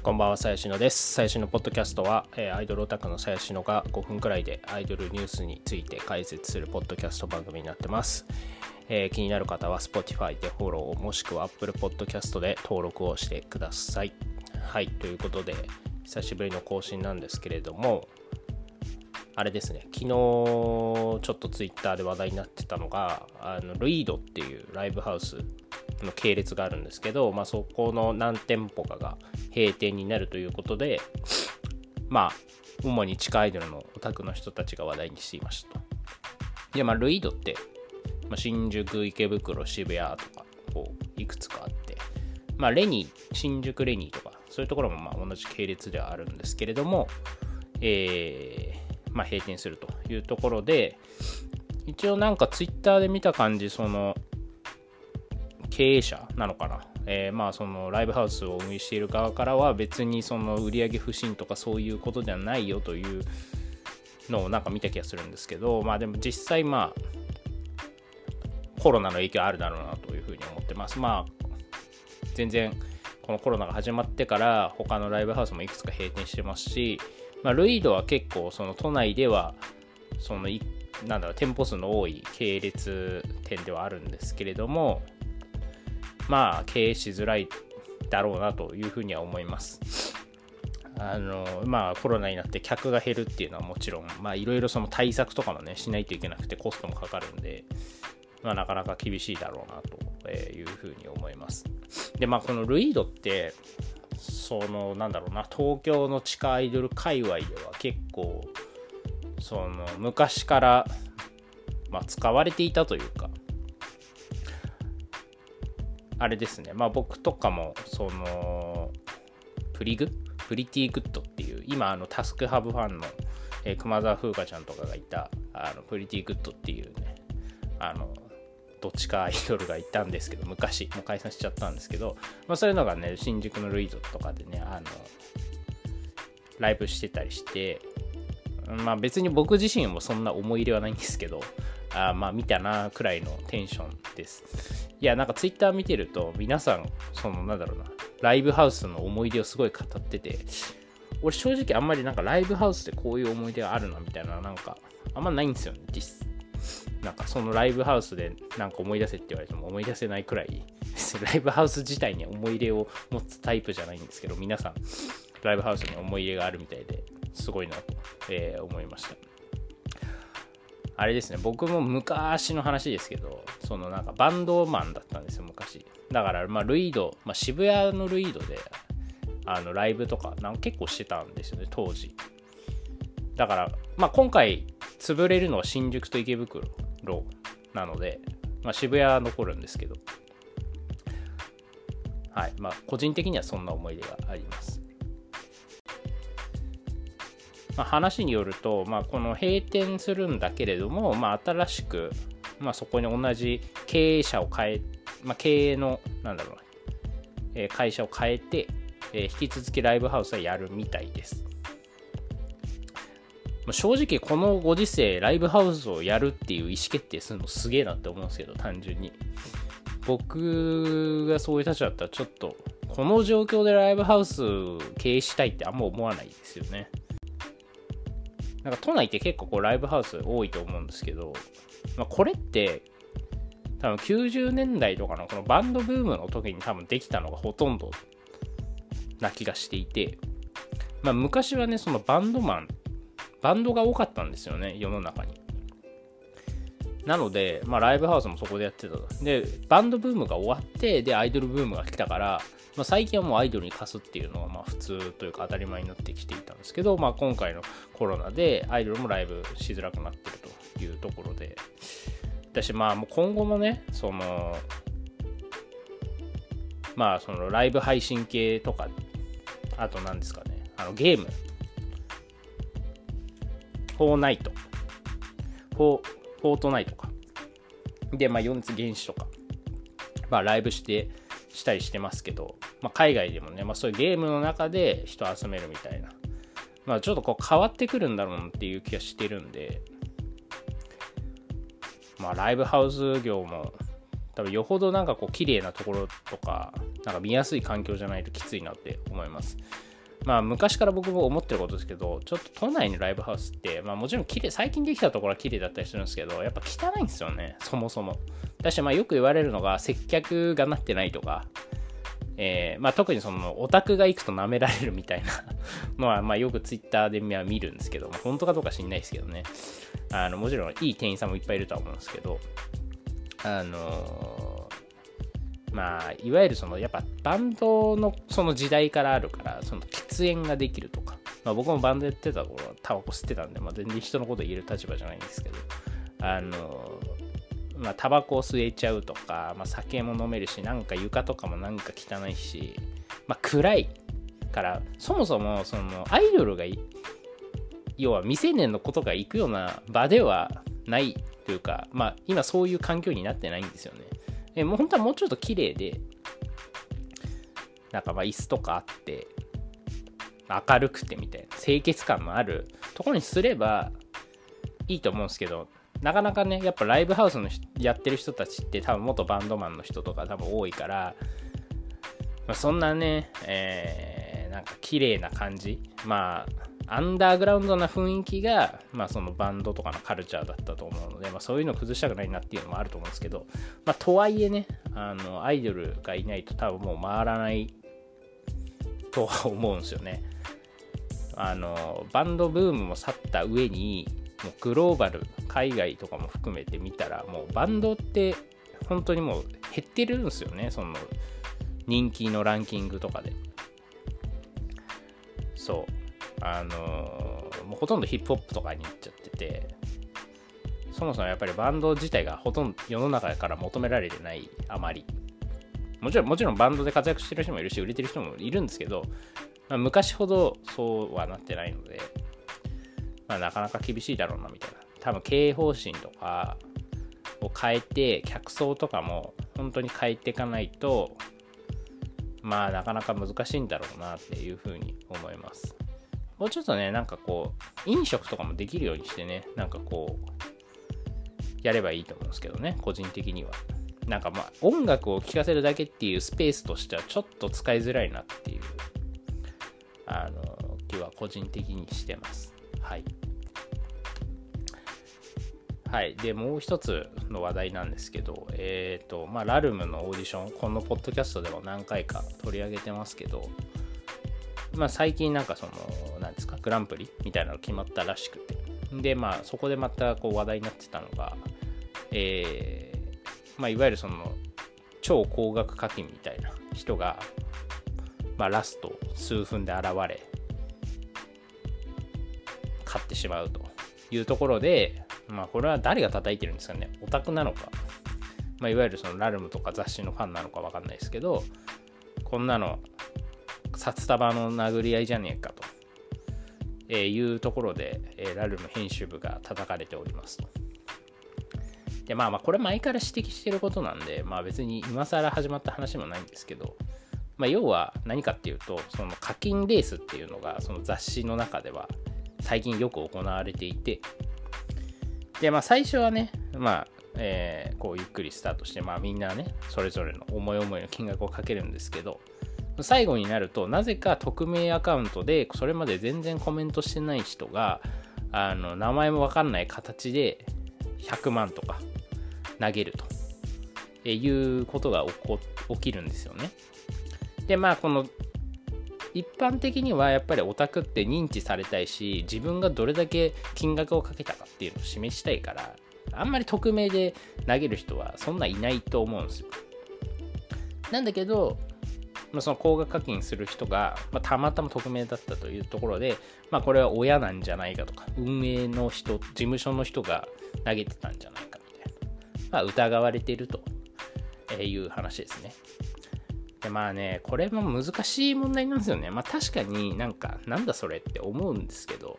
こんばんは、さやしのです。さやしのポッドキャストは、アイドルオタクのさやしのが5分くらいでアイドルニュースについて解説するポッドキャスト番組になってます。気になる方は Spotify でフォローもしくは Apple Podcast で登録をしてください。はい、ということで久しぶりの更新なんですけれども、あれですね、昨日ちょっと Twitter で話題になってたのがルイードっていうライブハウスの系列があるんですけど、そこの何店舗かが閉店になるということで、主に地下アイドルのオタクの人たちが話題にしていましたと。で、ルイードって、新宿、池袋、渋谷とかこういくつかあって、レニー、新宿レニーとかそういうところも同じ系列ではあるんですけれども、閉店するというところで、一応なんかツイッターで見た感じ、その経営者なのかな、そのライブハウスを運営している側からは別にその売上不振とかそういうことではないよというのをなんか見た気がするんですけど、でも実際コロナの影響あるだろうなというふうに思ってます。全然このコロナが始まってから他のライブハウスもいくつか閉店してますし、ルイードは結構その都内ではその店舗数の多い系列店ではあるんですけれども、経営しづらいだろうなというふうには思います。コロナになって客が減るっていうのはもちろん、いろいろその対策とかもねしないといけなくてコストもかかるんで、なかなか厳しいだろうなというふうに思います。で、このルイードってその東京の地下アイドル界隈では結構その昔から使われていたというか、あれですね、僕とかもそのプリティグッドっていう今タスクハブファンの、熊沢風花ちゃんとかがいたプリティグッドっていうねどっちかアイドルがいたんですけど、昔もう解散しちゃったんですけど、そういうのがね新宿のルイードとかでねライブしてたりして、別に僕自身もそんな思い入れはないんですけど、見たなくらいのテンションです。いや、なんかツイッター見てると皆さんそのライブハウスの思い出をすごい語ってて、俺正直あんまりなんかライブハウスでこういう思い出があるなみたいななんかあんまないんですよね。なんかそのライブハウスでなんか思い出せって言われても思い出せないくらいライブハウス自体に思い入れを持つタイプじゃないんですけど、皆さんライブハウスに思い入れがあるみたいですごいなと、思いました。あれですね、僕も昔の話ですけど、そのなんかバンドマンだったんですよ昔。だからルイード、渋谷のルイードでライブとか結構してたんですよね当時。だから今回潰れるのは新宿と池袋なので、渋谷は残るんですけど、はい、個人的にはそんな思い出があります。話によると、この閉店するんだけれども、新しく、そこに同じ経営者を変え、経営の会社を変えて、引き続きライブハウスはやるみたいです。正直このご時世ライブハウスをやるっていう意思決定するのすげえなって思うんですけど、単純に僕がそういう立場だったらちょっとこの状況でライブハウス経営したいってあんま思わないですよね。なんか都内って結構こうライブハウス多いと思うんですけど、これって多分90年代とかのこのバンドブームの時に多分できたのがほとんどな気がしていて、昔はねそのバンドが多かったんですよね世の中に。なのでライブハウスもそこでやってた。でバンドブームが終わってでアイドルブームが来たから、最近はもうアイドルに貸すっていうのは普通というか当たり前になってきていたんですけど、今回のコロナでアイドルもライブしづらくなってるというところで、私もう今後もねそのライブ配信系とか、あと何ですかねゲームフォートナイトかで、4つ原始とか、ライブしたりしてますけど、海外でもね、そういうゲームの中で人を集めるみたいな、ちょっとこう変わってくるんだろうなっていう気がしてるんで、ライブハウス業も多分よほどなんかこう綺麗なところとかなんか見やすい環境じゃないときついなって思います。 まあ昔から僕も思ってることですけど、ちょっと都内のライブハウスって、まあもちろん綺麗、最近できたところは綺麗だったりするんですけど、やっぱ汚いんですよね、そもそも。だしまあよく言われるのが接客がなってないとか、まあ特にそのオタクが行くと舐められるみたいなのはまあよくツイッターで見るんですけど、まあ、本当かどうか知んないですけどね。もちろんいい店員さんもいっぱいいるとは思うんですけど、まあいわゆるそのやっぱバンドのその時代からあるから、その喫煙ができるとか、まあ僕もバンドやってた頃はタバコ吸ってたんで、まあ全然人のこと言える立場じゃないんですけど、まあタバコを吸えちゃうとか、まあ酒も飲めるし、なんか床とかもなんか汚いし、まあ暗いから、そもそもそのアイドルが要は未成年の子とか行くような場ではないというか、まあ今そういう環境になってないんですよね。もう本当はもうちょっと綺麗で、なんかまあ椅子とかあって明るくてみたいな清潔感のあるところにすればいいと思うんですけど、なかなかね、やっぱライブハウスのやってる人たちって多分元バンドマンの人とか多分多いから、まあ、そんなね、なんか綺麗な感じ、まあアンダーグラウンドな雰囲気が、まあそのバンドとかのカルチャーだったと思うので、まあそういうのを崩したくないなっていうのもあると思うんですけど、まあとはいえね、アイドルがいないと多分もう回らないとは思うんですよね。バンドブームも去った上に、もうグローバル、海外とかも含めて見たら、もうバンドって本当にもう減ってるんですよね、その人気のランキングとかで。そう、もうほとんどヒップホップとかに行っちゃってて、そもそもやっぱりバンド自体がほとんど世の中から求められてない、あまり。もちろんバンドで活躍してる人もいるし、売れてる人もいるんですけど、まあ、昔ほどそうはなってないので、まあ、なかなか厳しいだろうなみたいな。多分経営方針とかを変えて、客層とかも本当に変えていかないと、まあなかなか難しいんだろうなっていうふうに思います。もうちょっとね、なんかこう飲食とかもできるようにしてね、なんかこうやればいいと思うんですけどね、個人的には。なんかまあ音楽を聴かせるだけっていうスペースとしてはちょっと使いづらいなっていう気は個人的にしてます。はい。はい。で、もう一つの話題なんですけど、まあ、ラルムのオーディション、このポッドキャストでも何回か取り上げてますけど、まあ、最近なんかその、何ですか、グランプリみたいなの決まったらしくて、で、まあ、そこでまたこう話題になってたのが、まあ、いわゆるその、超高額課金みたいな人が、まあ、ラスト数分で現れ、勝ってしまうというところで、まあこれは誰が叩いてるんですかね、オタクなのか、まあ、いわゆるそのラルムとか雑誌のファンなのか分かんないですけど、こんなの札束の殴り合いじゃねえかというところで、ラルム編集部が叩かれておりますと。でまあこれ前から指摘してることなんで、まあ別に今更始まった話もないんですけど、まあ要は何かっていうと、その課金レースっていうのがその雑誌の中では最近よく行われていて、でまあ最初はね、まあこうゆっくりスタートして、まあみんなねそれぞれの思い思いの金額をかけるんですけど、最後になるとなぜか匿名アカウントでそれまで全然コメントしてない人が名前も分かんない形で100万とか投げるということが起きるんですよね。でまあこの一般的にはやっぱりオタクって認知されたいし、自分がどれだけ金額をかけたかっていうのを示したいから、あんまり匿名で投げる人はそんないないと思うんですよ。なんだけど、その高額課金する人が、たまたま匿名だったというところで、これは親なんじゃないかとか、運営の人、事務所の人が投げてたんじゃないかみたいな、疑われているという話ですね。でね、これも難しい問題なんですよね。確かになんだそれって思うんですけど、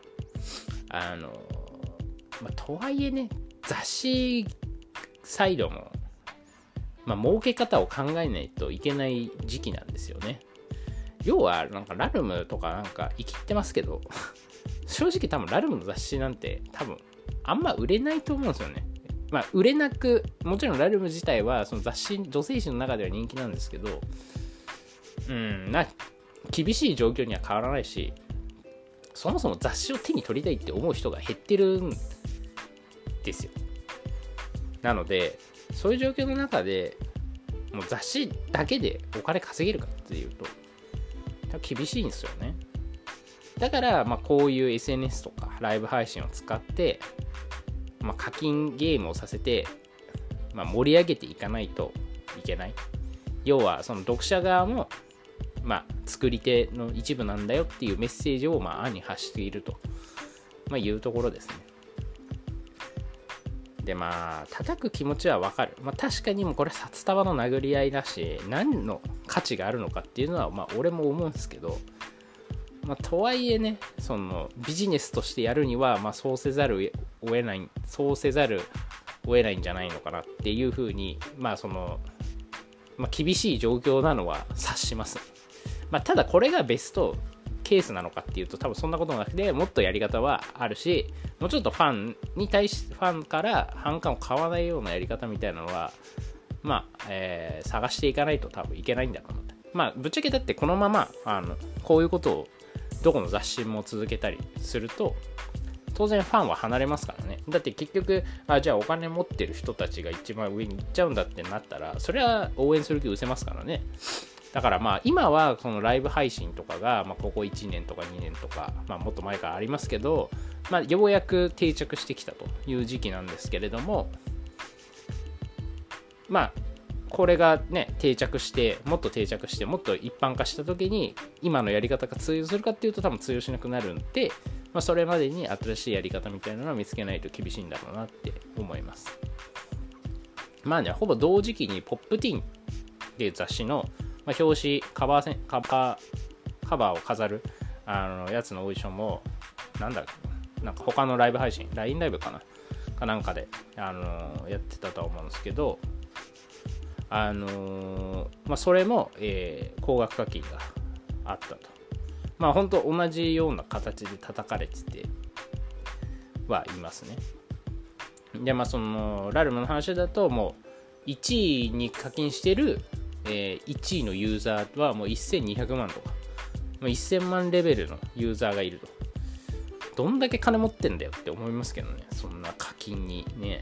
とはいえね、雑誌サイドも儲け方を考えないといけない時期なんですよね。要はラルムとか生きってますけど正直多分ラルムの雑誌なんて多分あんま売れないと思うんですよね。売れなく、もちろんラルム自体はその雑誌女性誌の中では人気なんですけど、 厳しい状況には変わらないし、そもそも雑誌を手に取りたいって思う人が減ってるんですよ。なのでそういう状況の中でもう雑誌だけでお金稼げるかっていうと厳しいんですよね。だからこういう SNS とかライブ配信を使って、課金ゲームをさせて、盛り上げていかないといけない。要はその読者側も作り手の一部なんだよっていうメッセージを暗に発していると、いうところですね。で叩く気持ちはわかる。確かにもうこれ札束の殴り合いだし、何の価値があるのかっていうのは俺も思うんですけど、とはいえね、そのビジネスとしてやるにはそうせざるを得ないんじゃないのかなっていうふうに厳しい状況なのは察します。ただこれがベストケースなのかっていうと多分そんなことなくて、もっとやり方はあるし、もうちょっとファンから反感を買わないようなやり方みたいなのは探していかないと多分いけないんだろうな。ぶっちゃけだってこのままこういうことをどこの雑誌も続けたりすると当然ファンは離れますからね。だって結局じゃあお金持ってる人たちが一番上に行っちゃうんだってなったら、それは応援する気失せますからね。だから今はそのライブ配信とかがここ1年とか2年とかもっと前からありますけど、ようやく定着してきたという時期なんですけれども、これがねもっと定着してもっと一般化した時に今のやり方が通用するかっていうと多分通用しなくなるんで、それまでに新しいやり方みたいなのを見つけないと厳しいんだろうなって思います。ほぼ同時期にポップティーンっていう雑誌の表紙カバーを飾るやつのオーディションもなんか他のライブ配信 LINE ライブかなんかでやってたと思うんですけど、それも、高額課金があったと。本当同じような形で叩かれててはいますね。でそのラルムの話だともう1位に課金してる、1位のユーザーはもう1200万とか1000万レベルのユーザーがいると。どんだけ金持ってんだよって思いますけどね、そんな課金にね。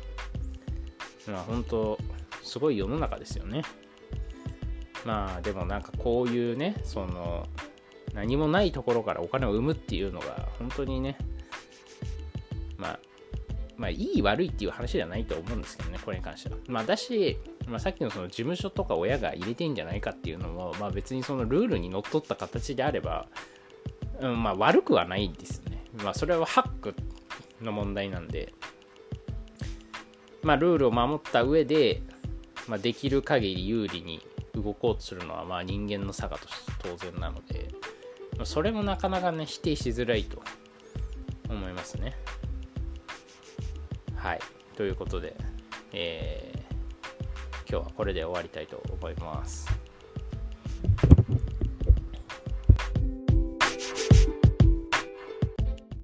本当すごい世の中ですよね。でもこういうね、その何もないところからお金を生むっていうのが本当にね、いい悪いっていう話じゃないと思うんですけどね、これに関しては。だし、さっきのその事務所とか親が入れてんじゃないかっていうのも、別にそのルールにのっとった形であれば、悪くはないんですね。それはハックの問題なんで、ルールを守った上で、できる限り有利に動こうとするのは人間の差がとして当然なので、それもなかなかね否定しづらいと思いますね。はい、ということで、今日はこれで終わりたいと思います。